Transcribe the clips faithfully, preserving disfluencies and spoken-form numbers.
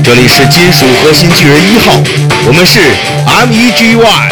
这里是金属核心巨人一号，我们是 M E G One。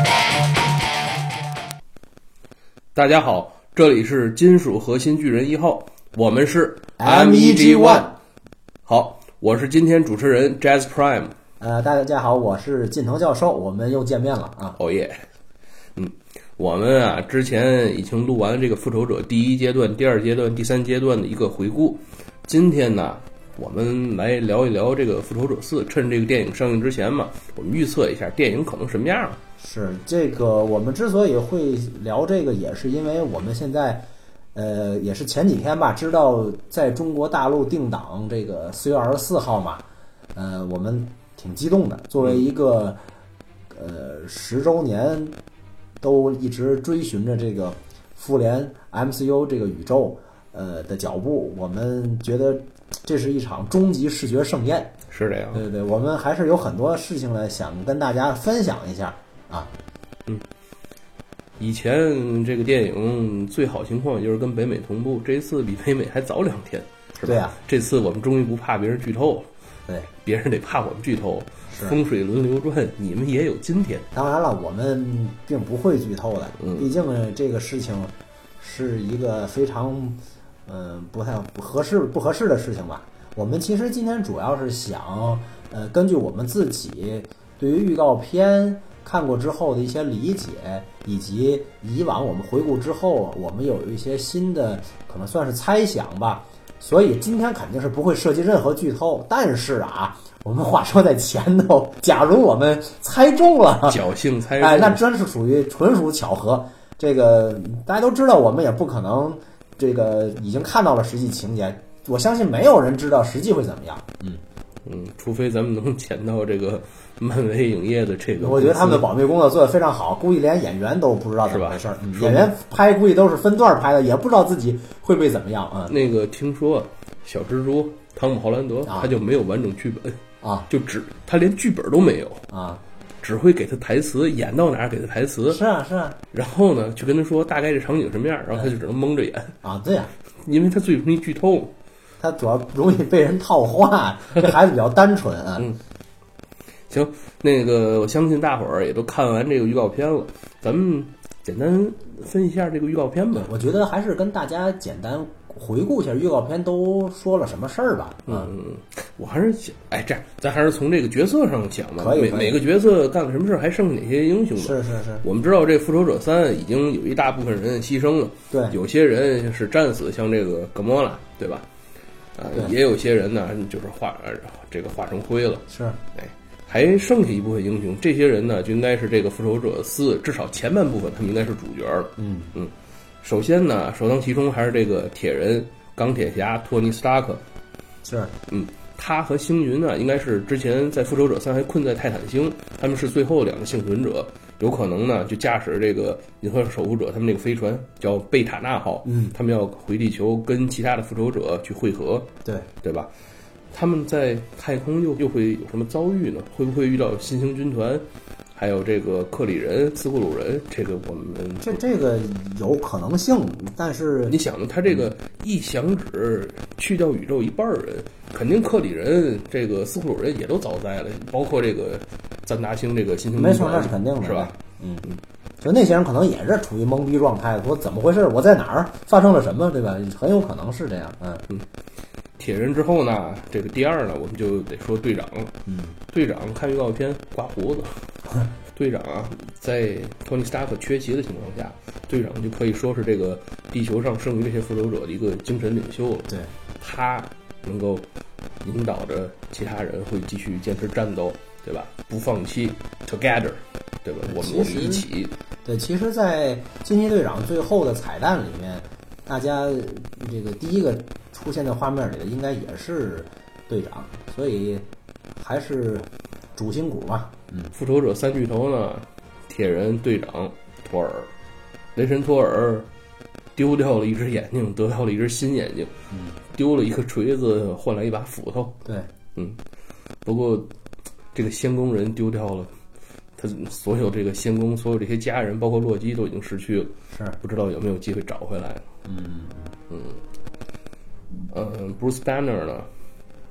大家好，这里是金属核心巨人一号，我们是 M E G One。 好，我是今天主持人 Jazz Prime。 呃，大家好，我是近藤教授，我们又见面了啊！ 哦耶，嗯，我们啊之前已经录完这个复仇者第一阶段、第二阶段、第三阶段的一个回顾，今天呢，我们来聊一聊这个复仇者四。趁这个电影上映之前嘛，我们预测一下电影可能什么样。 是这个，我们之所以会聊这个，也是因为我们现在，呃，也是前几天吧，知道在中国大陆定档这个四月二十四号嘛，呃，我们挺激动的。作为一个呃十周年都一直追寻着这个复联 M C U 这个宇宙呃的脚步，我们觉得这是一场终极视觉盛宴。 是这样， 对对，我们还是有很多事情呢，想跟大家分享一下啊。 嗯，以前这个电影最好情况就是跟北美同步，这一次比北美还早两天，是吧？ 对啊， 这次我们终于不怕别人剧透了， 对， 别人得怕我们剧透。风水轮流转，你们也有今天。 当然了，我们并不会剧透的， 嗯、 毕竟呢，这个事情是一个非常嗯、呃、不太不合适不合适的事情吧。我们其实今天主要是想呃根据我们自己对于预告片看过之后的一些理解，以及以往我们回顾之后，我们有一些新的可能算是猜想吧。所以今天肯定是不会涉及任何剧透，但是啊，我们话说在前头，假如我们猜中了， 侥幸猜中， 哎，那真是属于纯属巧合。这个大家都知道，我们也不可能这个已经看到了实际情节，我相信没有人知道实际会怎么样。嗯嗯，除非咱们能潜到这个漫威影业的这个， 我觉得他们的保密工作做得非常好，估计连演员都不知道怎么回事。 嗯、 演员拍估计都是分段拍的，也不知道自己会不会怎么样啊、嗯。 那个听说小蜘蛛汤姆·霍兰德、啊、他就没有完整剧本啊， 就只他连剧本都没有啊， 只会给他台词，演到哪儿给他台词。 是啊是啊，然后呢就跟他说大概这场景什么样，然后他就只能蒙着演啊。对呀、啊， 因为他最容易剧透。 他主要容易被人套话，这孩子比较单纯啊。 嗯，行，那个我相信大伙儿也都看完这个预告片了，咱们简单分析一下这个预告片吧。 我觉得还是跟大家简单回顾一下预告片都说了什么事儿吧。 嗯，我还是想，哎，这样咱还是从这个角色上讲吧。 可以， 每每个角色干了什么事儿，还剩下哪些英雄？ 是是是。 我们知道这复仇者三已经有一大部分人牺牲了， 对， 有些人是战死，像这个格莫拉，对吧？啊、呃，也有些人呢，就是化这个化成灰了。 是， 哎，还剩下一部分英雄，这些人呢，就应该是这个复仇者四至少前半部分，他们应该是主角了。 嗯嗯，首先呢，首当其冲还是这个铁人钢铁侠托尼·斯塔克。 是， 嗯，他和星云呢，应该是之前在复仇者三还困在泰坦星，他们是最后两个幸存者。有可能呢，就驾驶这个银河守护者他们这个飞船叫贝塔纳号， 嗯， 他们要回地球跟其他的复仇者去会合， 对对吧？他们在太空又又会有什么遭遇呢？会不会遇到新型军团，还有这个克里人、斯库鲁人？这个我们这这个有可能性，但是你想呢，他这个一响指去掉宇宙一半人，肯定克里人、这个斯库鲁人也都遭灾了，包括这个赞达星这个新型军团， 没错，那是肯定的， 是吧？ 嗯嗯，就那些人可能也是处于懵逼状态，说怎么回事？我在哪儿？发生了什么？对吧？很有可能是这样。嗯嗯。铁人之后呢，这个第二呢，我们就得说队长。 嗯， 队长看预告片刮胡子。队长啊，在托尼·斯塔克缺席的情况下，队长就可以说是这个地球上剩余这些复仇者的一个精神领袖了。 对， 他能够引导着其他人会继续坚持战斗，对吧？不放弃 ，together， 对吧？我们我们一起。 对，其实，在惊奇队长最后的彩蛋里面，大家这个第一个出现在画面里的应该也是队长，所以还是主心骨吧。嗯， 复仇者三巨头呢，铁人、队长、托尔，雷神托尔丢掉了一只眼睛，得到了一只新眼睛， 嗯， 丢了一个锤子，换来一把斧头。 对， 嗯，不过这个仙工人丢掉了。他所有这个仙宫，所有这些家人，包括洛基都已经失去了， 是不知道有没有机会找回来。 嗯嗯嗯，Bruce Banner 呢，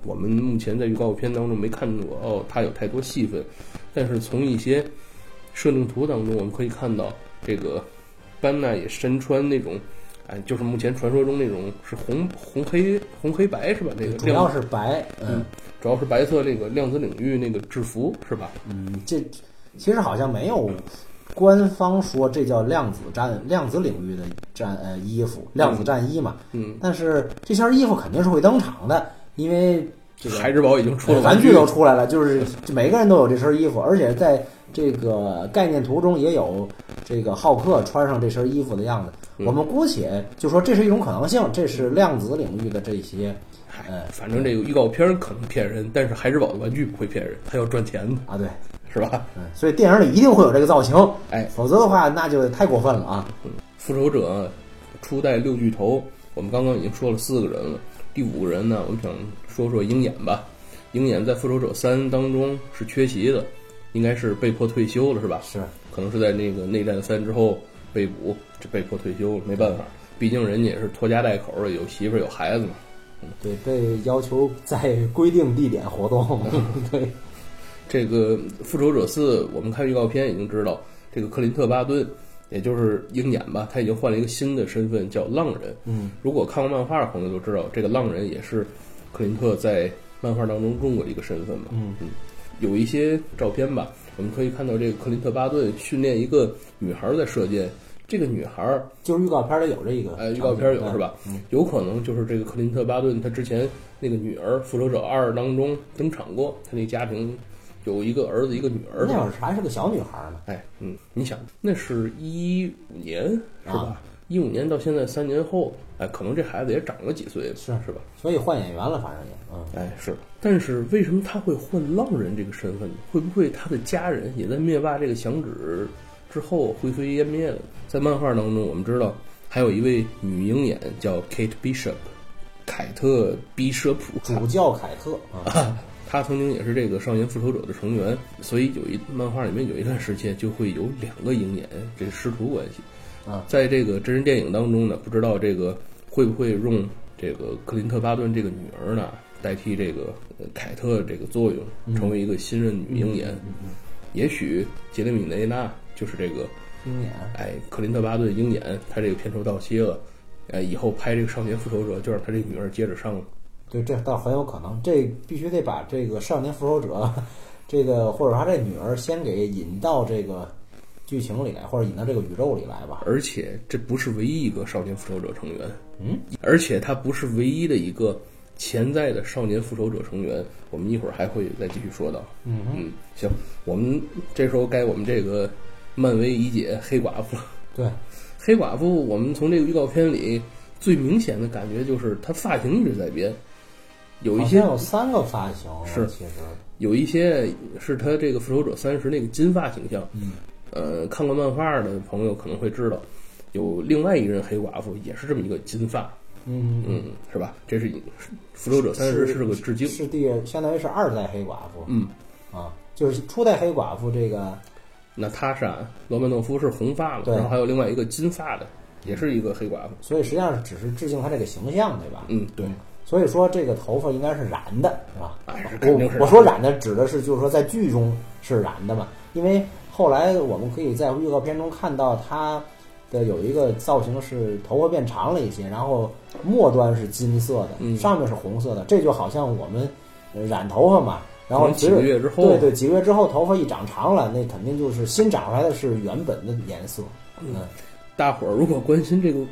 我们目前在预告片当中没看到哦，他有太多戏份，但是从一些设定图当中我们可以看到，这个班纳也身穿那种，哎，就是目前传说中那种是红红黑红黑白是吧？那个主要是白， 嗯，嗯主要是白色那个量子领域那个制服是吧？ 嗯，这其实好像没有官方说这叫量子战量子领域的战呃衣服，量子战衣嘛。 嗯， 但是这身衣服肯定是会登场的，因为这个孩之宝已经出了， 玩具都出来了，就是每个人都有这身衣服，而且在这个概念图中也有这个浩克穿上这身衣服的样子。 嗯、 我们姑且就说这是一种可能性，这是量子领域的这些。 呃，反正这个预告片可能骗人，但是孩之宝的玩具不会骗人，他要赚钱的啊，对， 是吧？ 嗯，所以电影里一定会有这个造型， 哎， 否则的话那就太过分了啊。 嗯，复仇者初代六巨头，我们刚刚已经说了四个人了，第五个人呢，我们想说说鹰眼吧。鹰眼在复仇者三当中是缺席的，应该是被迫退休了，是吧？ 是， 可能是在那个内战三之后被捕，就被迫退休了，没办法，毕竟人家也是拖家带口的，有媳妇有孩子嘛。 对，被要求在规定地点活动。 对，这个复仇者四，我们看预告片已经知道，这个克林特·巴顿，也就是鹰眼吧，他已经换了一个新的身份，叫浪人。 嗯， 如果看过漫画的朋友都知道，这个浪人也是克林特在漫画当中用过的一个身份嘛。 嗯嗯，有一些照片吧，我们可以看到这个克林特·巴顿训练一个女孩在射箭。这个女孩就是预告片里有这个， 哎，预告片有是吧？ 嗯， 有可能就是这个克林特·巴顿，他之前那个女儿《复仇者二》当中登场过，他那家庭有一个儿子一个女儿。 那会儿还是个小女孩呢。 哎，嗯，你想，那是一五年是吧？一、 啊、 五年到现在三年后，哎，可能这孩子也长了几岁， 是是吧？ 所以换演员了，反正也，嗯， 哎是。但是为什么他会换浪人这个身份呢？会不会他的家人也在灭霸这个响指之后灰飞烟灭了？在漫画当中，我们知道还有一位女鹰眼叫 Kate Bishop， 凯特·比舍普， 主教凯特啊， 她曾经也是这个少年复仇者的成员，所以有一漫画里面有一段时间就会有两个鹰眼，这是师徒关系。 啊， 在这个真人电影当中呢，不知道这个会不会用这个克林特·巴顿这个女儿呢代替这个凯特这个作用，成为一个新任女鹰眼。 嗯嗯嗯、 也许杰雷米·雷纳就是这个。 鹰眼， 哎，克林特·巴顿鹰眼，他这个片酬到期了，哎，以后拍这个少年复仇者就让他这女儿接着上了。 对，这倒很有可能，这必须得把这个少年复仇者，这个或者他这女儿先给引到这个剧情里来，或者引到这个宇宙里来吧。 而且这不是唯一一个少年复仇者成员， 嗯， 而且他不是唯一的一个潜在的少年复仇者成员，我们一会儿还会再继续说到。 嗯嗯，行，我们这时候该我们这个。漫威一姐黑寡妇， 对， 黑寡妇，我们从这个预告片里最明显的感觉就是她发型一直在变，有一些有三个发型， 是其实有一些是她这个复仇者三十那个金发形象， 嗯， 呃，看过漫画的朋友可能会知道，有另外一任黑寡妇也是这么一个金发， 嗯嗯，是吧？这是复仇者三十是个致敬， 是第相当于是二代黑寡妇， 嗯， 啊，就是初代黑寡妇这个。 娜塔莎·罗曼诺夫是红发的，然后还有另外一个金发的，也是一个黑寡妇。 所以实际上只是致敬他这个形象，对吧？ 嗯，对。 所以说这个头发应该是染的，是吧？ 哎，是肯定是。 我我说染的指的是就是说在剧中是染的嘛，因为后来我们可以在预告片中看到他的有一个造型是头发变长了一些，然后末端是金色的， 嗯、 上面是红色的，这就好像我们染头发嘛。然后几个月之后， 对对，几个月之后头发一长长了，那肯定就是新长出来的是原本的颜色。 嗯，大伙儿如果关心这个，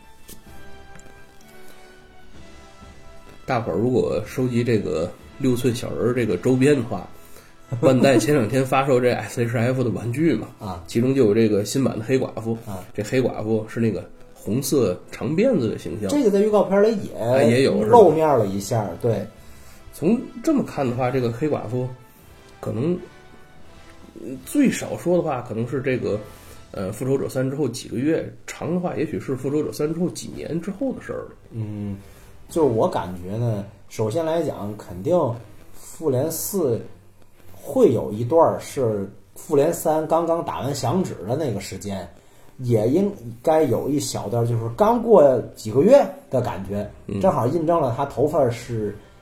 大伙儿如果收集这个六寸小人这个周边的话，万代前两天发售这 S H F 的玩具嘛， 啊， 其中就有这个新版的黑寡妇啊， 这黑寡妇是那个红色长辫子的形象， 这个在预告片里也、 哎、也有露面了一下，对。 从这么看的话，这个黑寡妇可能最少说的话，可能是这个呃复仇者三之后几个月，长的话也许是复仇者三之后几年之后的事儿了。 嗯，就是我感觉呢，首先来讲，肯定复联四会有一段是复联三刚刚打完响指的那个时间，也应该有一小段就是刚过几个月的感觉， 嗯、 正好印证了他头发是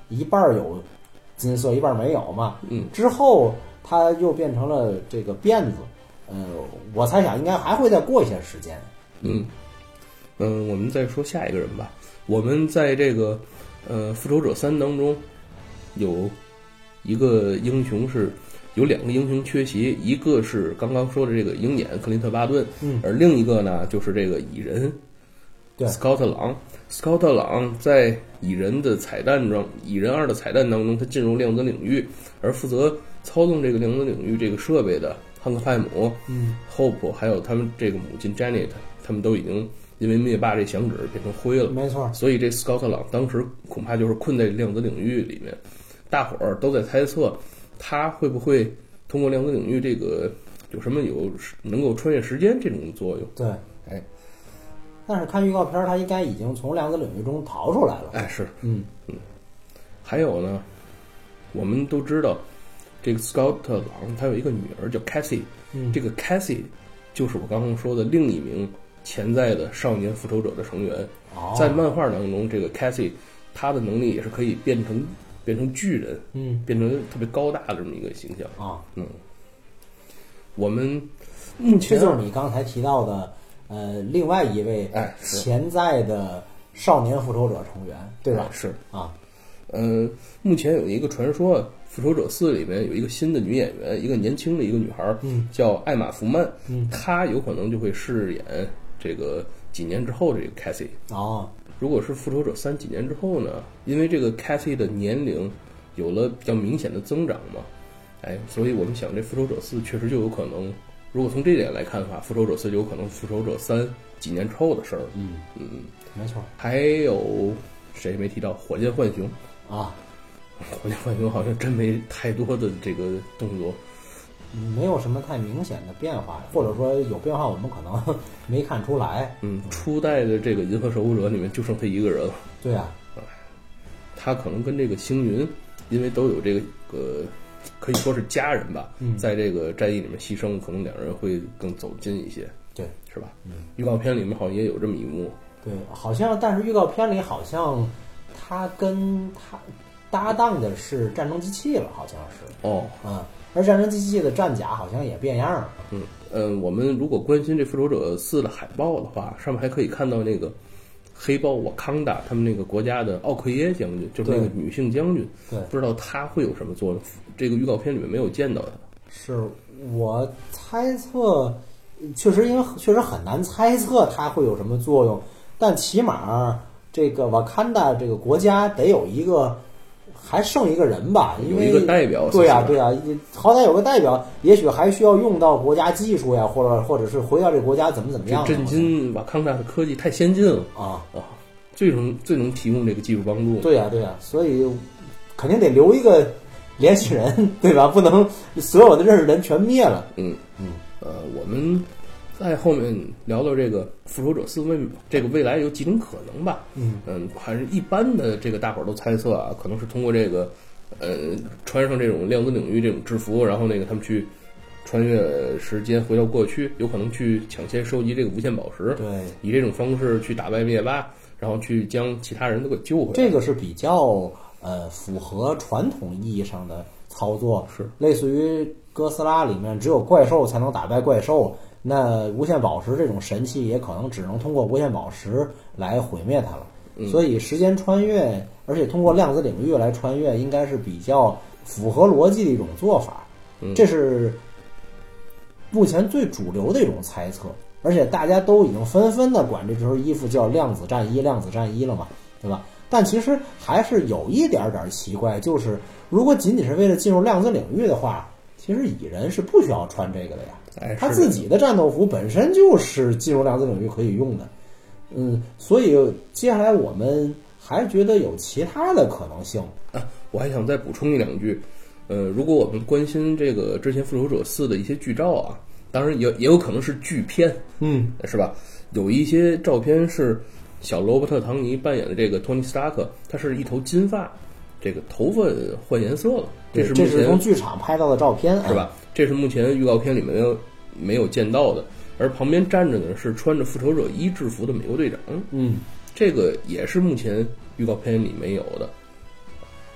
一半有金色一半没有嘛。 嗯， 之后它又变成了这个辫子，呃，我猜想应该还会再过一些时间。 嗯嗯，我们再说下一个人吧。我们在这个呃复仇者三当中有一个英雄是有两个英雄缺席，一个是刚刚说的这个鹰眼克林特巴顿， 嗯， 而另一个呢就是这个蚁人， 对， 斯考特朗。斯考特朗在蚁人的彩蛋中，蚁人二的彩蛋当中，他进入量子领域，而负责操纵这个量子领域这个设备的汉克派姆、 嗯 Hope 还有他们这个母亲 Janet， 他们都已经因为灭霸这响指变成灰了， 没错。 所以这斯考特朗当时恐怕就是困在量子领域里面，大伙儿都在猜测他会不会通过量子领域这个有什么有能够穿越时间这种作用。 对， 哎， 但是看预告片，他应该已经从量子领域中逃出来了。 哎，是， 嗯嗯，还有呢，我们都知道这个斯考特朗他有一个女儿叫 Cassie， 嗯， 这个 Cassie 就是我刚刚说的另一名潜在的少年复仇者的成员。 哦， 在漫画当中，这个 Cassie 她的能力也是可以变成变成巨人， 嗯， 变成特别高大的这么一个形象啊。 嗯，我们目前这就是你刚才提到的，呃，另外一位哎潜在的少年复仇者成员，对吧？ 是啊， 嗯，目前有一个传说，《复仇者四》里面有一个新的女演员，一个年轻的一个女孩， 嗯， 叫艾玛福曼， 嗯， 她有可能就会饰演这个几年之后这个 Cassie。 哦， 如果是《复仇者三》几年之后呢？因为这个 Cassie 的年龄有了比较明显的增长嘛，哎，所以我们想这《复仇者四》确实就有可能，如果从这点来看的话，《复仇者四》就有可能《复仇者三》几年之后的事儿。 嗯嗯， 没错。 还有谁没提到？火箭浣熊啊， 火箭浣熊好像真没太多的这个动作， 没有什么太明显的变化，或者说有变化，我们可能没看出来。 嗯，初代的这个银河守护者里面就剩他一个人了。 对啊， 他可能跟这个星云，因为都有这个呃，可以说是家人吧， 嗯， 在这个战役里面牺牲，可能两人会更走近一些。 对， 是吧？ 嗯， 预告片里面好像也有这么一幕。 对，好像但是预告片里好像他跟他搭档的是战争机器了，好像是。 哦， 啊。而战争机器的战甲好像也变样了。 嗯嗯，我们如果关心这《复仇者四》的海报的话，上面还可以看到那个黑豹瓦康达他们那个国家的奥克耶将军，就是那个女性将军。 对， 不知道她会有什么作用。这个预告片里面没有见到她。 是我猜测，确实因为确实很难猜测它会有什么作用，但起码这个瓦坎达这个国家得有一个。还剩一个人吧，因为有一个代表。 对呀、啊，对呀、啊，好歹有个代表，也许还需要用到国家技术呀，或者或者是回到这个国家怎么怎么样。 震惊瓦康达的科技太先进了啊啊！最能最能提供这个技术帮助。 对呀、啊，对呀、啊，所以肯定得留一个联系人，对吧？不能所有的认识人全灭了。 嗯嗯，呃，我们。在后面聊到这个复仇者四未这个未来有几种可能吧， 嗯嗯，还是一般的这个大伙儿都猜测啊，可能是通过这个呃穿上这种量子领域这种制服，然后那个他们去穿越时间回到过去，有可能去抢先收集这个无限宝石， 对， 以这种方式去打败灭霸，然后去将其他人都给救回来。 这个是比较呃符合传统意义上的操作， 是类似于哥斯拉里面只有怪兽才能打败怪兽。那无限宝石这种神器也可能只能通过无限宝石来毁灭它了， 嗯、 所以时间穿越，而且通过量子领域来穿越，应该是比较符合逻辑的一种做法。 嗯、 这是目前最主流的一种猜测，而且大家都已经纷纷的管这身衣服叫量子战衣、量子战衣了嘛，对吧？但其实还是有一点点奇怪，就是如果仅仅是为了进入量子领域的话，其实蚁人是不需要穿这个的呀。 哎， 他自己的战斗服本身就是进入量子领域可以用的，嗯，所以接下来我们还觉得有其他的可能性啊。我还想再补充一两句，呃，如果我们关心这个之前《复仇者四》的一些剧照啊，当然也也有可能是剧片， 嗯， 是吧？有一些照片是小罗伯特·唐尼扮演的这个托尼·斯塔克，他是一头金发，这个头发换颜色了，这是这是从剧场拍到的照片， 是吧？这是目前预告片里面没有没有见到的，而旁边站着的是穿着复仇者一制服的美国队长， 嗯， 这个也是目前预告片里没有的。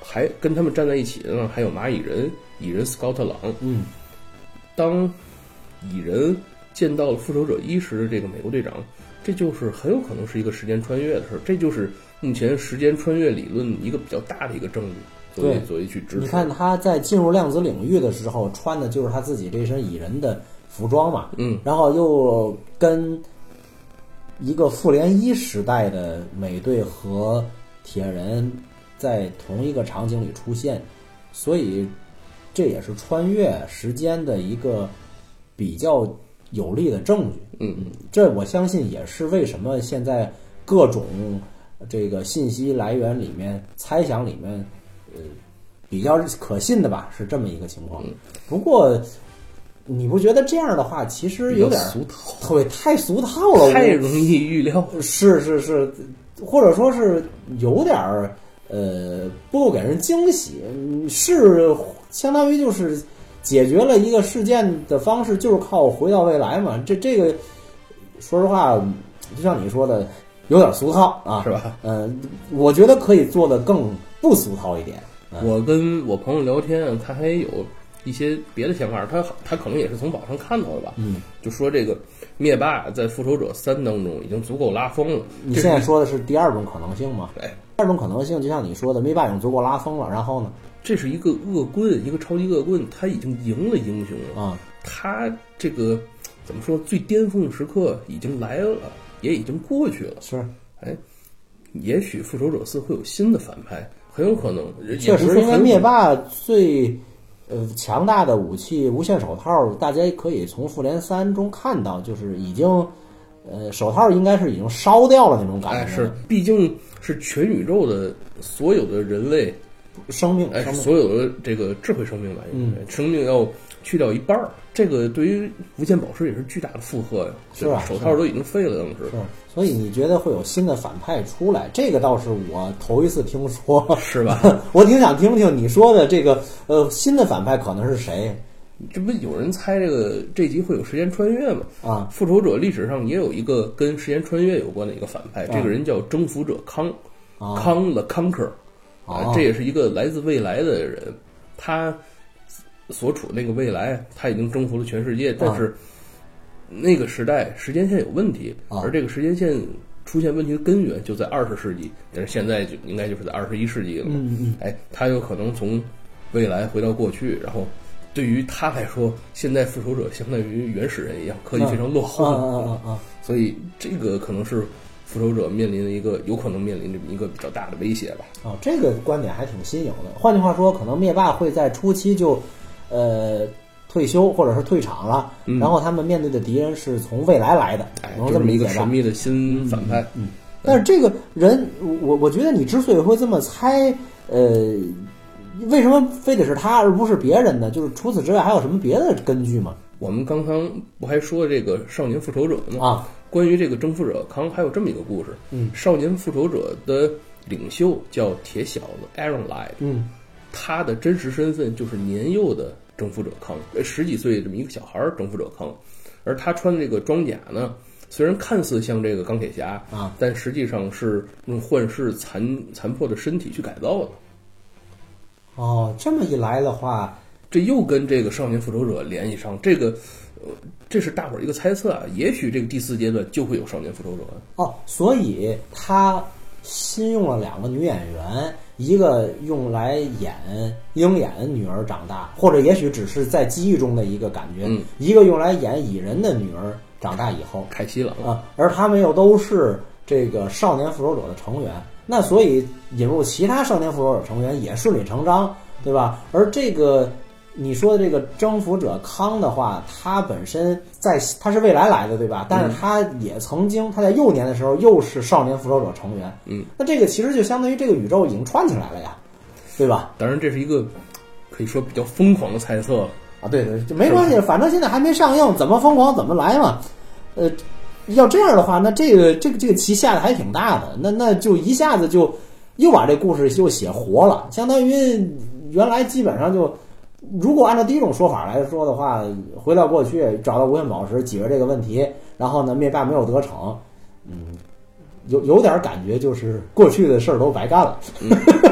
还跟他们站在一起的呢，还有蚂蚁人蚁人斯高特朗。 嗯， 当蚁人见到了复仇者一时的这个美国队长，这就是很有可能是一个时间穿越的事儿，这就是目前时间穿越理论一个比较大的一个证据，作为作为去支持。 你看他在进入量子领域的时候穿的就是他自己这身蚁人的服装嘛， 嗯， 然后又跟一个复联一时代的美队和铁人在同一个场景里出现，所以这也是穿越时间的一个比较有力的证据。 嗯嗯， 这我相信也是为什么现在各种这个信息来源里面猜想里面，呃，比较可信的吧，是这么一个情况。不过你不觉得这样的话其实有点俗套， 对，太俗套了， 太容易预料。 是是是，或者说是有点呃不够给人惊喜，是相当于就是解决了一个事件的方式就是靠回到未来嘛。这这个说实话，就像你说的，有点俗套啊， 是吧？ 嗯、呃，我觉得可以做得更不俗套一点。嗯、 我跟我朋友聊天，他还有一些别的想法，他他可能也是从网上看到的吧。 嗯， 就说这个灭霸在复仇者三当中已经足够拉风了。 你现在说的是第二种可能性吗？ 哎， 第二种可能性就像你说的，灭霸已经足够拉风了，然后呢？ 这是一个恶棍，一个超级恶棍，他已经赢了英雄了啊！ 他这个怎么说，最巅峰的时刻已经来了，也已经过去了。 是， 哎，也许复仇者四会有新的反派，很有可能。 确实，因为灭霸最呃强大的武器无限手套，大家可以从复联三中看到，就是已经呃手套应该是已经烧掉了那种感觉。 哎，是，毕竟是全宇宙的所有的人类。 生命， 哎， 生命所有的这个智慧生命吧， 嗯， 生命要去掉一半儿，这个对于无限宝石也是巨大的负荷呀。 是吧？ 手套都已经废了，当时。 是，所以你觉得会有新的反派出来？这个倒是我头一次听说， 是吧？ 我挺想听听你说的这个呃新的反派可能是谁？ 这不有人猜这个这集会有时间穿越吗？ 啊， 复仇者历史上也有一个跟时间穿越有关的一个反派， 啊、 这个人叫征服者康， 啊、 康 the Conqueror。啊， 哦、 这也是一个来自未来的人，他所处的那个未来，他已经征服了全世界，但是那个时代时间线有问题， 哦、 而这个时间线出现问题的根源就在二十世纪，但是现在就应该就是在二十一世纪了嘛。 嗯嗯， 哎，他有可能从未来回到过去，然后对于他来说，现在复仇者相当于原始人一样，科技非常落后， 啊啊啊啊！ 所以这个可能是复仇者面临的一个有可能面临着一个比较大的威胁吧。 哦，这个观点还挺新颖的。换句话说，可能灭霸会在初期就，呃，退休或者是退场了， 嗯、 然后他们面对的敌人是从未来来的， 哎、 能这么理解吧？ 就是一个神秘的新反派。 嗯，嗯但是这个人，我我觉得你之所以会这么猜，呃，为什么非得是他而不是别人呢？就是除此之外还有什么别的根据吗？ 我们刚刚不还说这个少年复仇者吗？ 啊。 关于这个征服者康还有这么一个故事， 嗯， 少年复仇者的领袖叫铁小子 Iron Lad， 嗯， 他的真实身份就是年幼的征服者康，十几岁这么一个小孩征服者康，而他穿这个装甲呢，虽然看似像这个钢铁侠啊， 但实际上是用幻视残残破的身体去改造的。 哦，这么一来的话， 这又跟这个少年复仇者联系上，这个。呃这是大伙儿一个猜测啊，也许这个第四阶段就会有少年复仇者哦，所以他新用了两个女演员，一个用来演鹰眼女儿长大，或者也许只是在记忆中的一个感觉， 嗯、 一个用来演蚁人的女儿长大以后， 凯西朗啊，而他们又都是这个少年复仇者的成员，那所以引入其他少年复仇者成员也顺理成章，对吧？而这个。你说的这个征服者康的话，他本身在他是未来来的，对吧？但是他也曾经他在幼年的时候又是少年复仇者成员， 嗯， 那这个其实就相当于这个宇宙已经串起来了呀，对吧？ 当然这是一个可以说比较疯狂的猜测啊，对对，就没关系，反正现在还没上映，怎么疯狂怎么来嘛。呃，要这样的话，那这个这个这个棋下的还挺大的，那那就一下子就又把这故事就写活了，相当于原来基本上就。如果按照第一种说法来说的话，回到过去找到无限宝石解决这个问题，然后呢灭霸没有得逞，嗯，有有点感觉就是过去的事儿都白干了。 嗯、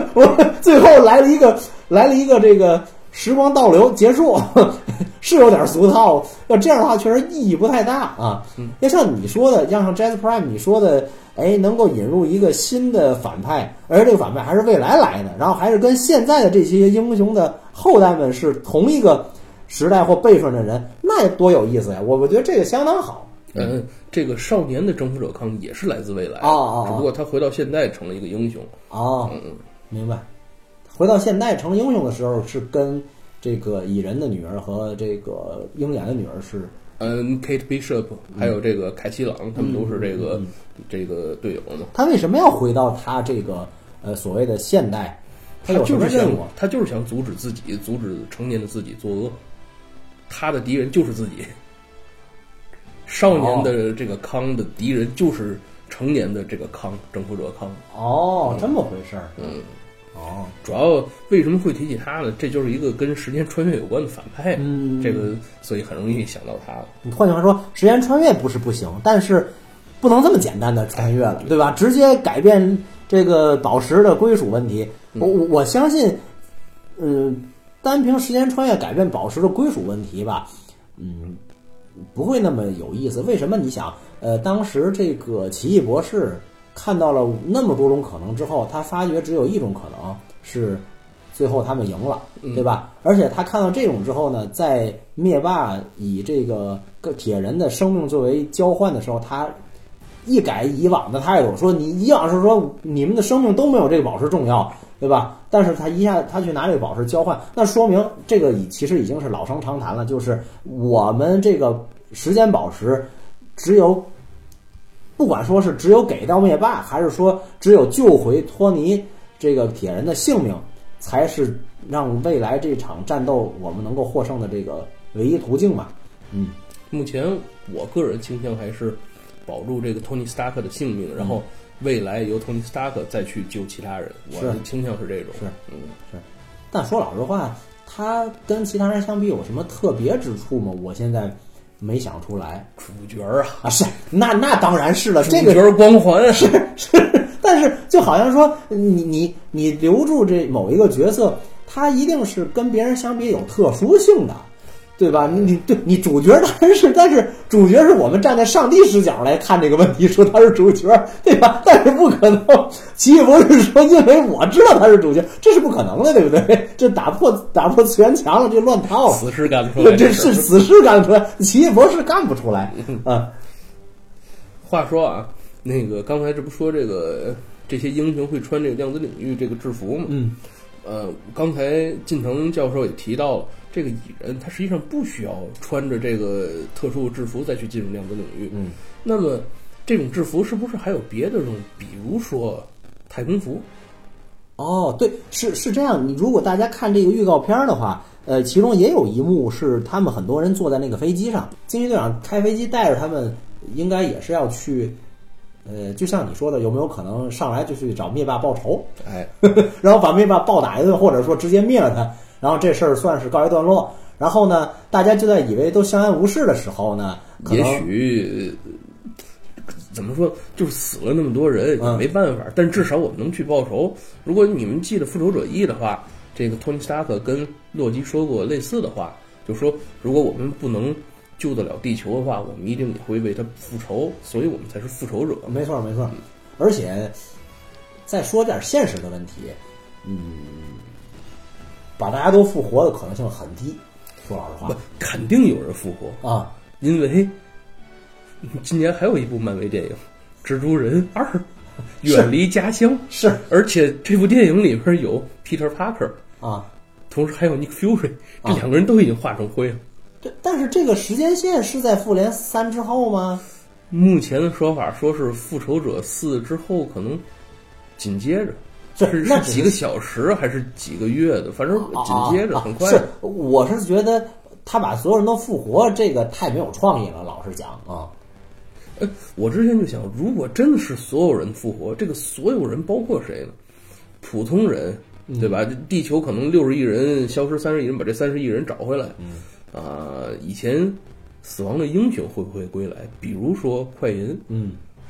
我最后来了一个来了一个这个时光倒流结束，是有点俗套。要这样的话，确实意义不太大啊。要像你说的，要像 Jazz Prime 你说的，哎，能够引入一个新的反派，而这个反派还是未来来的，然后还是跟现在的这些英雄的后代们是同一个时代或辈分的人，那多有意思呀！我我觉得这个相当好。 嗯，这个少年的征服者康也是来自未来， 哦哦， 只不过他回到现代成了一个英雄。 哦， 嗯， 明白。回到现代成了英雄的时候，是跟这个蚁人的女儿和这个鹰眼的女儿是， 嗯 ，Kate Bishop 还有这个凯西朗，他们都是这个、 嗯、 这个队友嘛。 他为什么要回到他这个呃所谓的现代？他有什么任务？ 他就是想阻止自己，阻止成年的自己作恶。他的敌人就是自己。少年的这个康的敌人就是成年的这个康，征服者康。 哦，这么回事儿。 嗯， 哦， 主要为什么会提起他呢？这就是一个跟时间穿越有关的反派。 嗯， 这个所以很容易想到他了。 你换句话说，时间穿越不是不行，但是不能这么简单的穿越了，对吧？直接改变这个宝石的归属问题，我我我相信，嗯，单凭时间穿越改变宝石的归属问题吧，嗯。不会那么有意思。为什么？你想，呃，当时这个奇异博士看到了那么多种可能之后，他发觉只有一种可能是最后他们赢了，对吧？而且他看到这种之后呢，在灭霸以这个铁人的生命作为交换的时候，他一改以往的态度，说你以往是说你们的生命都没有这个宝石重要，对吧？但是他一下他去拿这个宝石交换，那说明这个已其实已经是老生常谈了，就是我们这个时间宝石只有不管说是只有给到灭霸，还是说只有救回托尼这个铁人的性命，才是让未来这场战斗我们能够获胜的这个唯一途径嘛。嗯， 目前我个人倾向还是保住这个托尼斯塔克的性命，然后未来由托尼斯塔克再去救其他人。我的倾向是这种。 是， 嗯， 是。但说老实话，他跟其他人相比有什么特别之处吗？我现在没想出来。 主角啊啊，是那那当然是了，这个主角光环是是，但是就好像说你你你留住这某一个角色，他一定是跟别人相比有特殊性的。对吧？你你对你主角当然是，但是主角是我们站在上帝视角来看这个问题，说他是主角，对吧？但是不可能，奇异博士说，因为我知道他是主角，这是不可能的，对不对？这打破打破次元墙了，这乱套， 死尸干不出来， 这是死尸干不出来，奇异博士干不出来啊。 话说啊，那个刚才这不说这个这些英雄会穿这个量子领域这个制服吗？ 嗯， 呃，刚才近藤教授也提到了。这个蚁人他实际上不需要穿着这个特殊的制服再去进入量子领域。 嗯， 那么这种制服是不是还有别的这种，比如说太空服？ 哦，对，是是这样。你如果大家看这个预告片的话，呃，其中也有一幕是他们很多人坐在那个飞机上，惊奇队长开飞机带着他们，应该也是要去。呃，就像你说的，有没有可能上来就去找灭霸报仇？ 哎， 然后把灭霸暴打一顿，或者说直接灭了他？然后这事儿算是告一段落。然后呢，大家就在以为都相安无事的时候呢，可能也许怎么说，就是死了那么多人也没办法，嗯、但至少我们能去报仇。如果你们记得《复仇者一》的话，这个托尼·斯塔克跟洛基说过类似的话，就说如果我们不能救得了地球的话，我们一定也会为他复仇，所以我们才是复仇者。 没错，没错。而且再说点现实的问题，嗯。把大家都复活的可能性很低，说老实话， 肯定有人复活啊， 因为今年还有一部漫威电影《蜘蛛人二》，远离家乡是， 而且这部电影里边有 Peter Parker 啊， 同时还有 Nick Fury， 这两个人都已经化成灰了。 对、啊，但是这个时间线是在复联三之后吗？ 目前的说法说是复仇者四之后，可能紧接着。是那几个小时还是几个月的？反正紧接着很快。 啊啊、是，我是觉得他把所有人都复活，这个太没有创意了。老实讲啊， 哎，我之前就想，如果真的是所有人复活，这个所有人包括谁呢？普通人，对吧？ 嗯、 地球可能六十亿人消失三十亿人，把这三十亿人找回来。 嗯啊、呃，以前死亡的英雄会不会归来？比如说快银， 嗯， 是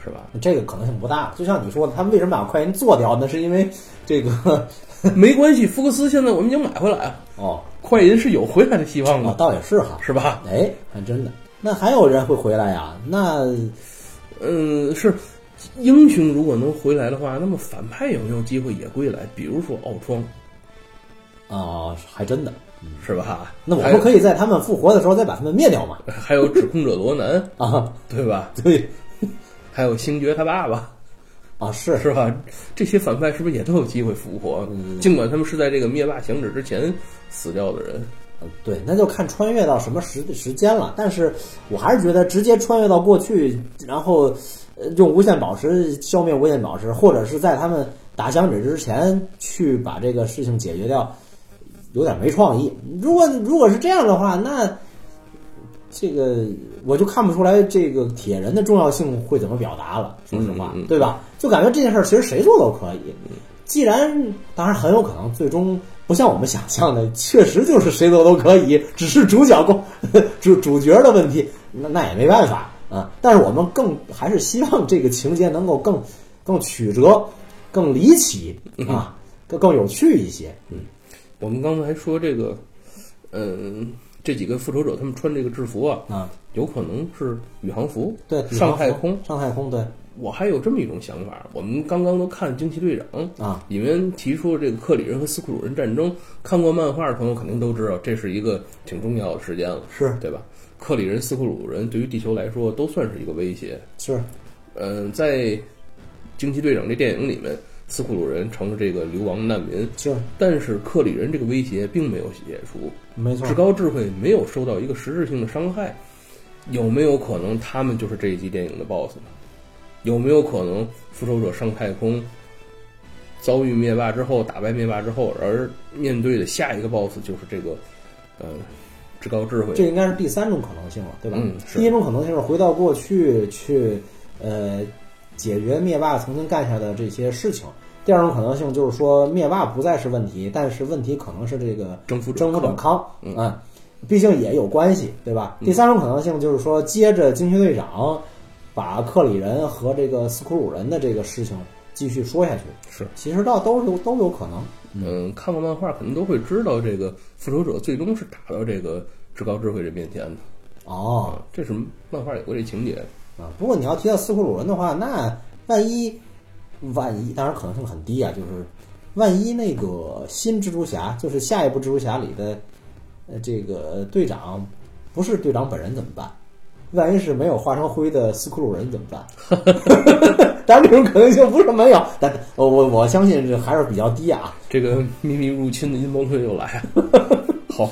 是吧？ 这个可能性不大。就像你说的，他们为什么把快银做掉？那是因为这个没关系，福克斯现在我们已经买回来了。 哦， 快银是有回来的希望的， 哦，倒也是哈， 是吧？ 哎，还真的。那还有人会回来呀？那， 嗯，是英雄如果能回来的话，那么反派有没有机会也归来？比如说奥创啊、哦，还真的， 是吧？ 那我们可以在他们复活的时候再把他们灭掉嘛？ 还有指控者罗南啊， 对吧？ 对， 还有星爵他爸爸。 啊，是是吧？这些反派是不是也都有机会复活？嗯、尽管他们是在这个灭霸响指之前死掉的人。 对，那就看穿越到什么时时间了。但是我还是觉得直接穿越到过去，然后用无限宝石消灭无限宝石，或者是在他们打响指之前去把这个事情解决掉，有点没创意。如果如果是这样的话，那这个我就看不出来这个铁人的重要性会怎么表达了。说实话， 嗯嗯、 对吧？就感觉这件事其实谁做都可以。既然当然很有可能最终不像我们想象的，确实就是谁做都可以，只是主角公主主角的问题，那那也没办法啊。但是我们更还是希望这个情节能够更更曲折、更离奇啊，更更有趣一些。 嗯，我们刚才说这个，嗯，这几个复仇者他们穿这个制服啊， 啊， 有可能是宇航服， 对， 上太空， 上太空，对。 我还有这么一种想法，我们刚刚都看《惊奇队长》 啊， 里面提出这个克里人和斯库鲁人战争，看过漫画的朋友肯定都知道，这是一个挺重要的事件了， 是对吧？克里人、斯库鲁人对于地球来说都算是一个威胁， 是。 嗯、呃，在《惊奇队长》这电影里面，斯库鲁人成了这个流亡难民， 是， 但是克里人这个威胁并没有解除， 没错， 至高智慧没有受到一个实质性的伤害，有没有可能他们就是这一集电影的 B O S S 呢？有没有可能复仇者上太空遭遇灭霸之后，打败灭霸之后，而面对的下一个 B O S S 就是这个呃至高智慧？ 这应该是第三种可能性了，对吧？ 嗯， 第一种可能性是回到过去去呃解决灭霸曾经干下的这些事情。第二种可能性就是说灭霸不再是问题，但是问题可能是这个征服者征服者康， 嗯， 啊，毕竟也有关系，对吧？ 嗯、 第三种可能性就是说接着惊奇队长把克里人和这个斯库鲁人的这个事情继续说下去， 是， 其实倒都有都有可能。 嗯，看过漫画可能都会知道，这个复仇者最终是打到这个至高智慧这面前的。 哦， 啊、这是漫画有过这情节啊。不过你要提到斯库鲁人的话，那万一万一，当然可能性很低啊，就是万一那个新蜘蛛侠，就是下一部蜘蛛侠里的呃这个队长不是队长本人怎么办？万一是没有化成灰的斯库鲁人怎么办？当然这种可能性不是没有，但我我我相信这还是比较低啊。 这个秘密入侵的阴谋论又来了。好，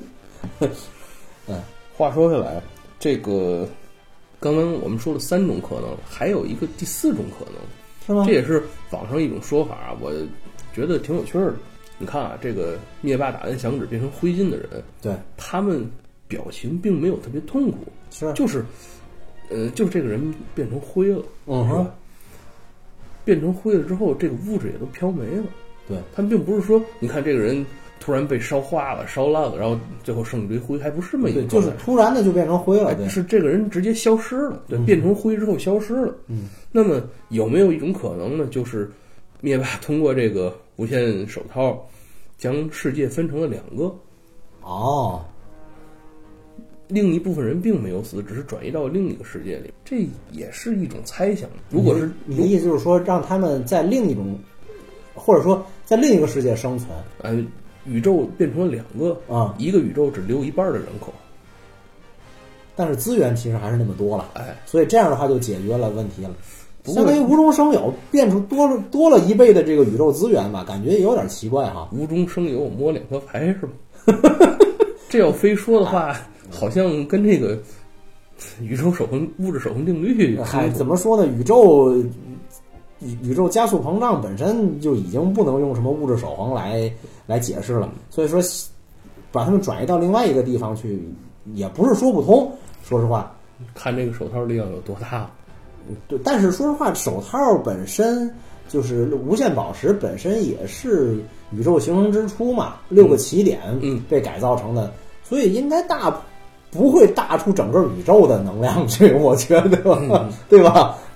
嗯， 话说回来，这个刚刚我们说了三种可能，还有一个第四种可能， 是吗？ 这也是网上一种说法啊，我觉得挺有趣的。你看啊，这个灭霸打完响指变成灰烬的人， 对， 他们表情并没有特别痛苦， 是， 就是，呃，就是这个人变成灰了， 嗯哼， 变成灰了之后，这个物质也都飘没了。 对， 他们并不是说，你看这个人突然被烧化了、烧烂了，然后最后剩一堆灰，还不是这么一个， 就是突然的就变成灰了，对， 是这个人直接消失了，对，变成灰之后消失了。 嗯， 那么有没有一种可能呢？就是灭霸通过这个无限手套，将世界分成了两个。 哦。 另一部分人并没有死，只是转移到另一个世界里，这也是一种猜想。如果是你的意思就是说，让他们在另一种，或者说在另一个世界生存， 呃，宇宙变成了两个啊、嗯， 一个宇宙只留一半的人口， 但是资源其实还是那么多了， 哎， 所以这样的话就解决了问题了。相当于无中生有，变出多了多了一倍的这个宇宙资源吧，感觉也有点奇怪哈。 无中生有，摸两颗牌是吗？这要非说的话。哎，好像跟这个宇宙守恒物质守恒定律， 嗨，怎么说呢？宇宙宇宇宙加速膨胀本身就已经不能用什么物质守恒来来解释了，所以说把它们转移到另外一个地方去，也不是说不通。说实话， 看这个手套力量有多大。 对，但是说实话，手套本身就是无限宝石本身也是宇宙形成之初嘛，六个起点被改造成的， 嗯、 所以应该大。不会大出整个宇宙的能量去，我觉得， 嗯、 对吧？嗯，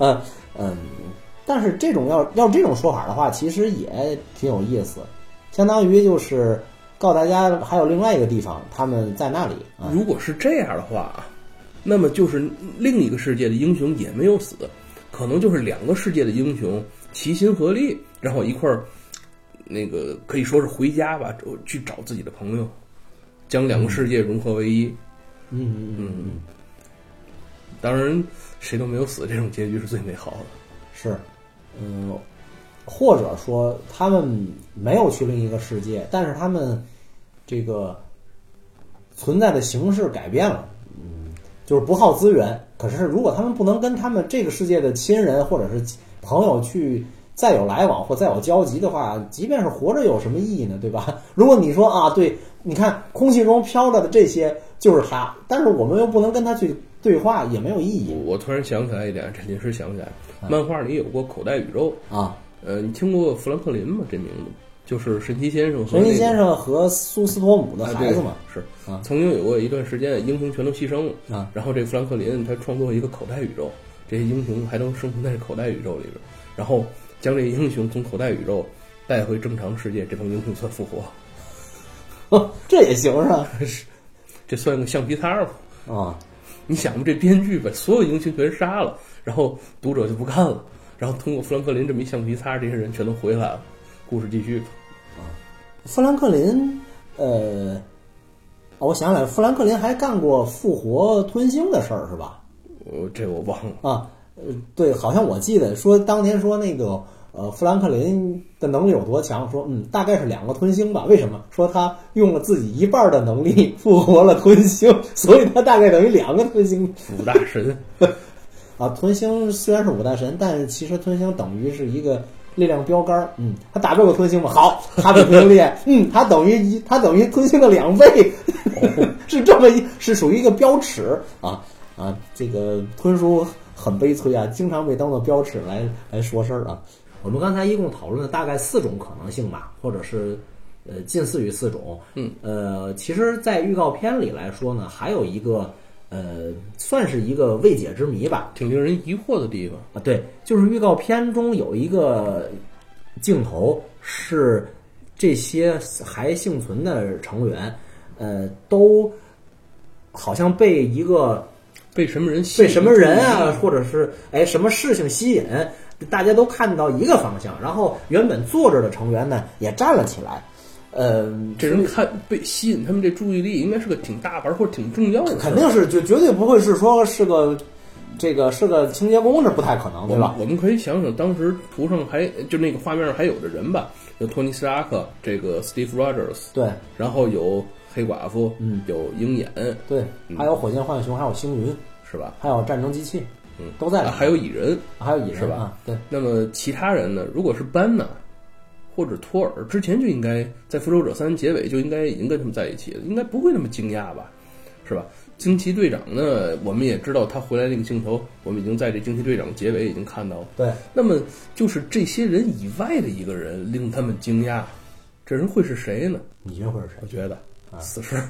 嗯，但是这种要要这种说法的话，其实也挺有意思，相当于就是告诉大家还有另外一个地方，他们在那里。啊、 如果是这样的话，那么就是另一个世界的英雄也没有死，可能就是两个世界的英雄齐心合力，然后一块儿那个可以说是回家吧，去找自己的朋友，将两个世界融合为一。 嗯嗯嗯嗯。 当然，谁都没有死，这种结局是最美好的。 是，嗯，或者说他们没有去另一个世界，但是他们这个存在的形式改变了，嗯，就是不耗资源。可是如果他们不能跟他们这个世界的亲人或者是朋友去再有来往或再有交集的话，即便是活着有什么意义呢？对吧？如果你说啊，对，你看空气中飘着的这些就是他，但是我们又不能跟他去对话，也没有意义。 我突然想起来一点，这临时想起来，漫画里有过口袋宇宙啊。 呃，你听过富兰克林吗？这名字就是神奇先生和、 那个、神奇先生和苏斯托姆的孩子嘛。 啊、是啊，曾经有过一段时间，英雄全都牺牲了啊。 然后这个富兰克林他创作一个口袋宇宙，这些英雄还能生存在口袋宇宙里边，然后将这些英雄从口袋宇宙带回正常世界，这帮英雄算复活。 哦、这也行是吧？ 这算个橡皮擦吗？ 啊。 你想吧，这编剧把所有英雄全杀了，然后读者就不看了，然后通过富兰克林这么一橡皮擦，这些人全都回来了，故事继续吧。 啊，富兰克林，呃，我想起来，富兰克林还干过复活吞星的事儿，是吧？ 我这我忘了啊，呃，对，好像我记得说当年说那个。呃，富兰克林的能力有多强？说，嗯，大概是两个吞星吧。为什么？说他用了自己一半的能力复活了吞星，所以他大概等于两个吞星。 五大神啊，吞星虽然是五大神，但是其实吞星等于是一个力量标杆。嗯，他打不过吞星嘛？好，他比吞星厉害。嗯，他等于一，他等于吞星的两倍，哦、是这么一，是属于一个标尺啊啊！这个吞叔很悲催啊，经常被当做标尺来来说事儿啊。我们刚才一共讨论了大概四种可能性吧，或者是呃近似于四种。 嗯， 呃，其实，在预告片里来说呢，还有一个呃，算是一个未解之谜吧， 挺令人疑惑的地方啊。对，就是预告片中有一个镜头是这些还幸存的成员，呃，都好像被一个被什么人吸引被什么人啊，或者是哎什么事情吸引。大家都看到一个方向，然后原本坐着的成员呢也站了起来。呃， 这人看被吸引，他们这注意力应该是个挺大牌或者挺重要的， 肯定是就绝对不会是说是个这个是个清洁工，这不太可能，对吧？ 我们可以想想，当时图上还就那个画面上还有的人吧，有托尼·斯塔克，这个 Steve Rogers， 对， 然后有黑寡妇， 嗯， 有鹰眼， 对，还有火箭浣熊，还有星云， 是吧？ 还有战争机器。 嗯， 都在、 啊，还有蚁人， 还有蚁人是吧、 啊？对。 那么其他人呢？如果是班纳或者托尔，之前就应该在《复仇者三》结尾就应该已经跟他们在一起了，应该不会那么惊讶吧？是吧？惊奇队长呢？我们也知道他回来那个镜头，我们已经在这惊奇队长结尾已经看到了。 对。 那么就是这些人以外的一个人令他们惊讶，这人会是谁呢？ 你觉得会是谁？ 我觉得啊， 死侍。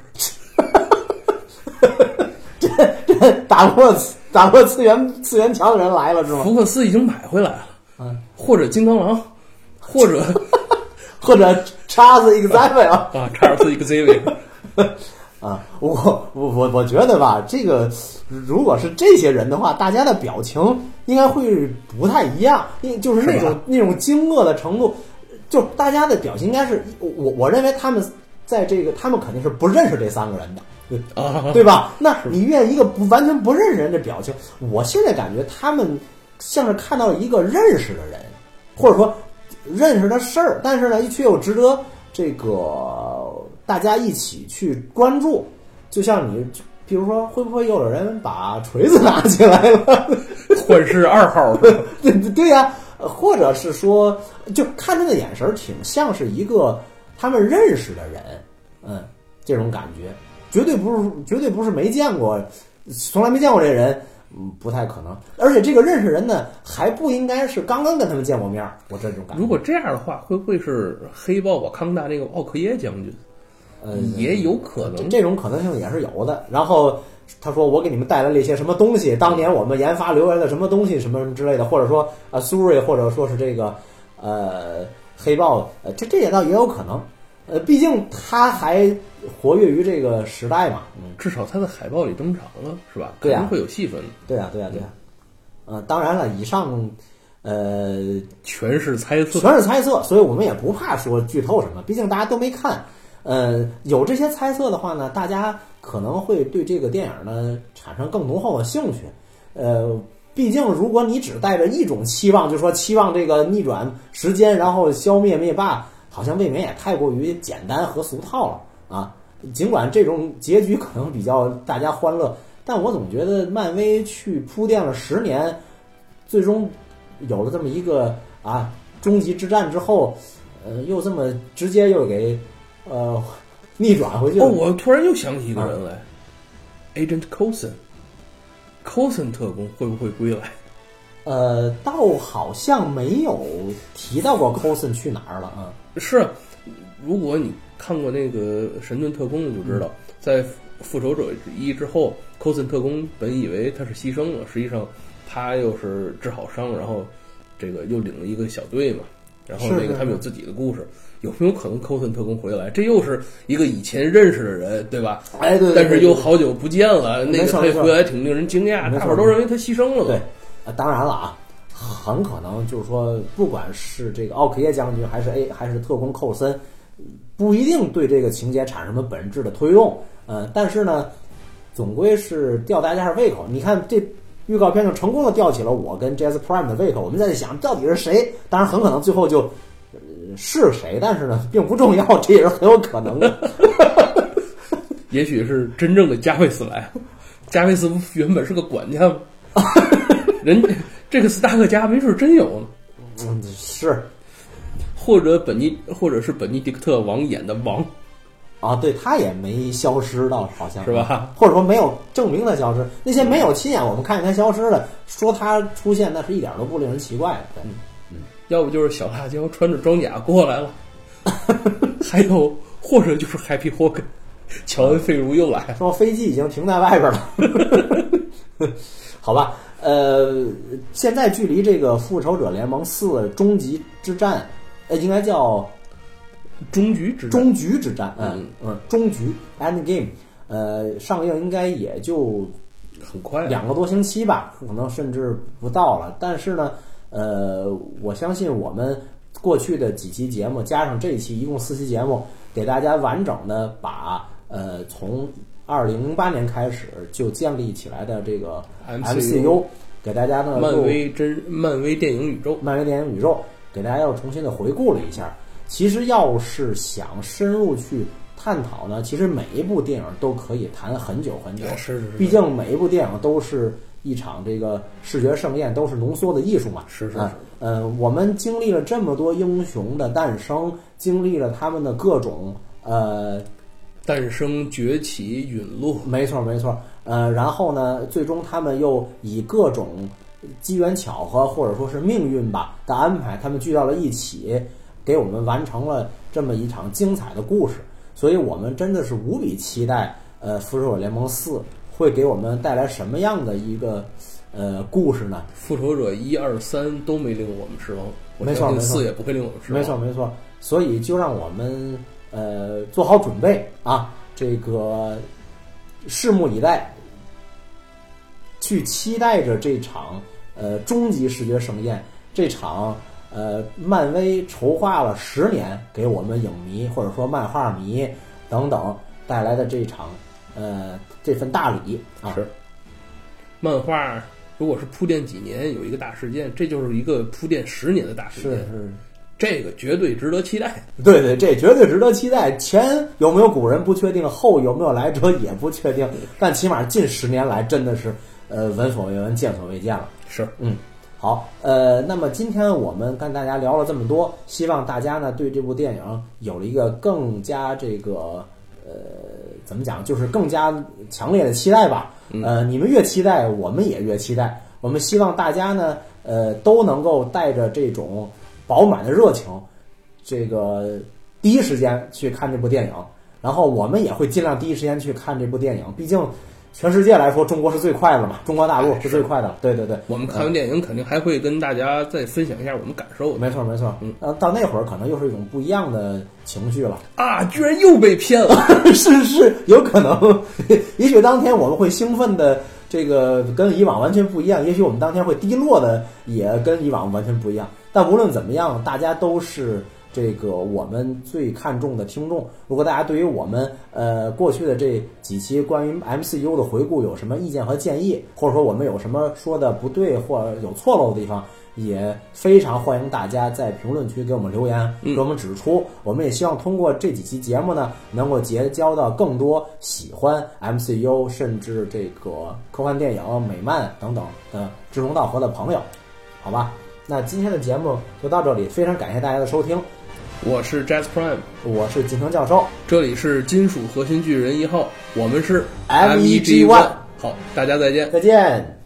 这这打破打破次元次元墙的人来了是吗？ 福克斯已经买回来了， 嗯， 或者金刚狼，或者或者叉子 Xavier 啊，叉子 Xavier 啊，我我我我觉得吧，这个如果是这些人的话，大家的表情应该会不太一样，因就是那种那种惊愕的程度，就大家的表情应该是我我认为他们在这个他们肯定是不认识这三个人的。 啊， 对吧？那你愿意一个不完全不认识人的表情，我现在感觉他们像是看到一个认识的人，或者说认识的事儿，但是呢，却又值得这个大家一起去关注。就像你，比如说，会不会有人把锤子拿起来了？ 幻视二号， 对对呀、啊，或者是说，就看他的眼神，挺像是一个他们认识的人，嗯，这种感觉。绝对不是，绝对不是没见过，从来没见过这人，嗯，不太可能。而且这个认识人呢，还不应该是刚刚跟他们见过面，我这种感觉。 如果这样的话，会不会是黑豹瓦康达那个奥克耶将军？ 呃， 也有可能， 这种可能性也是有的。然后他说我给你们带来了一些什么东西，当年我们研发留下的什么东西什么什么之类的，或者说啊苏瑞，或者说是这个呃黑豹，呃这这也倒也有可能，呃毕竟他还活跃于这个时代嘛，嗯， 至少他在海报里登场了，是吧？ 对啊， 肯定会有戏份。 对啊，对啊，对啊。呃，当然了，以上呃全是猜测， 全是猜测，所以我们也不怕说剧透什么，毕竟大家都没看。呃，有这些猜测的话呢，大家可能会对这个电影呢产生更浓厚的兴趣。呃，毕竟如果你只带着一种期望，就说期望这个逆转时间，然后消灭灭霸，好像未免也太过于简单和俗套了啊。尽管这种结局可能比较大家欢乐，但我总觉得漫威去铺垫了十年，最终有了这么一个啊终极之战之后，呃，又这么直接又给呃逆转回去了。 哦，我突然又想起一个人来、啊、，Agent Coulson，Coulson 特工会不会归来？ 呃，倒好像没有提到过 Coulson 去哪儿了啊。 是，如果你看过那个神盾特工，你就知道，嗯、在复仇者一之后，Coulson 特工本以为他是牺牲了，实际上他又是治好伤，然后这个又领了一个小队嘛，然后那个他们有自己的故事。有没有可能 Coulson 特工回来？这又是一个以前认识的人，对吧？ 哎，对， 但是又好久不见了，那个他回来挺令人惊讶，大伙儿都认为他牺牲了。 对，呃，当然了啊，很可能就是说，不管是这个奥克耶将军，还是 A， 还是特工寇森，不一定对这个情节产生什么本质的推动。呃，但是呢，总归是吊大家胃口。你看这预告片就成功的吊起了我跟 Jazz Prime 的胃口。我们在想到底是谁？当然，很可能最后就。是谁？但是呢，并不重要，这也是很有可能的。 也许是真正的加菲斯来，加菲斯原本是个管家，人这个斯达克家没准真有呢。 嗯，是， 或者本尼，或者是本尼迪克特王演的王啊，对，他也没消失到，好像是吧？ 或者说没有证明的消失。那些没有亲眼我们看见他消失的，说他出现，那是一点都不令人奇怪的。对。 要不就是小辣椒穿着装甲过来了，还有或者就是 Happy Hogan， 乔恩费如又来了， 说飞机已经停在外边了。好吧，呃，现在距离这个复仇者联盟四终极之战，呃，应该叫终局之战， 终局之战， 嗯嗯，终局 End Game， 呃，上映应该也就很快两个多星期吧，可能甚至不到了，但是呢。呃，我相信我们过去的几期节目加上这一期，一共四期节目，给大家完整的把呃从二零零八年开始就建立起来的这个 M C U 给大家呢， 漫威真漫威电影宇宙， 漫威电影宇宙给大家又重新的回顾了一下。其实要是想深入去探讨呢，其实每一部电影都可以谈很久很久， 是是是， 毕竟每一部电影都是。一场这个视觉盛宴，都是浓缩的艺术嘛。 是是是。 呃，呃，我们经历了这么多英雄的诞生，经历了他们的各种呃诞生、崛起、陨落。 没错没错。呃，然后呢，最终他们又以各种机缘巧合或者说是命运吧的安排，他们聚到了一起，给我们完成了这么一场精彩的故事。所以我们真的是无比期待呃《复仇者联盟四》。会给我们带来什么样的一个呃故事呢？ 复仇者一二三都没令我们失望， 没错， 四也不会令我们失望。 没错，没错。所以就让我们呃做好准备啊，这个拭目以待，去期待着这场呃终极视觉盛宴，这场呃漫威筹划了十年给我们影迷或者说漫画迷等等带来的这场。呃，这份大礼啊， 是漫画。如果是铺垫几年有一个大事件，这就是一个铺垫十年的大事件， 是是， 这个绝对值得期待。 对对，这绝对值得期待。前有没有古人不确定，后有没有来者也不确定，但起码近十年来真的是呃闻所未闻、见所未见了。 是， 嗯，好，呃，那么今天我们跟大家聊了这么多，希望大家呢对这部电影有了一个更加这个呃。怎么讲？就是更加强烈的期待吧。呃，你们越期待，我们也越期待。我们希望大家呢，呃，都能够带着这种饱满的热情，这个第一时间去看这部电影。然后我们也会尽量第一时间去看这部电影。毕竟， 全世界来说，中国是最快的嘛，中国大陆是最快的。对对对， 我们看完电影肯定还会跟大家再分享一下我们感受的。 没错没错，嗯，呃，到那会儿可能又是一种不一样的情绪了啊！居然又被骗了， 是是，有可能，也许当天我们会兴奋的，这个跟以往完全不一样；也许我们当天会低落的，也跟以往完全不一样。但无论怎么样，大家都是这个我们最看重的听众。如果大家对于我们呃过去的这几期关于 M C U 的回顾有什么意见和建议，或者说我们有什么说的不对或者有错漏的地方，也非常欢迎大家在评论区给我们留言，给我们指出。我们也希望通过这几期节目呢，能够结交到更多喜欢 M C U 甚至这个科幻电影、美漫等等的志同道合的朋友，好吧？那今天的节目就到这里，非常感谢大家的收听。 我是 Jazz Prime， 我是金城教授， 这里是金属核心巨人一号，我们是 M E G one。 好，大家再见， 再见。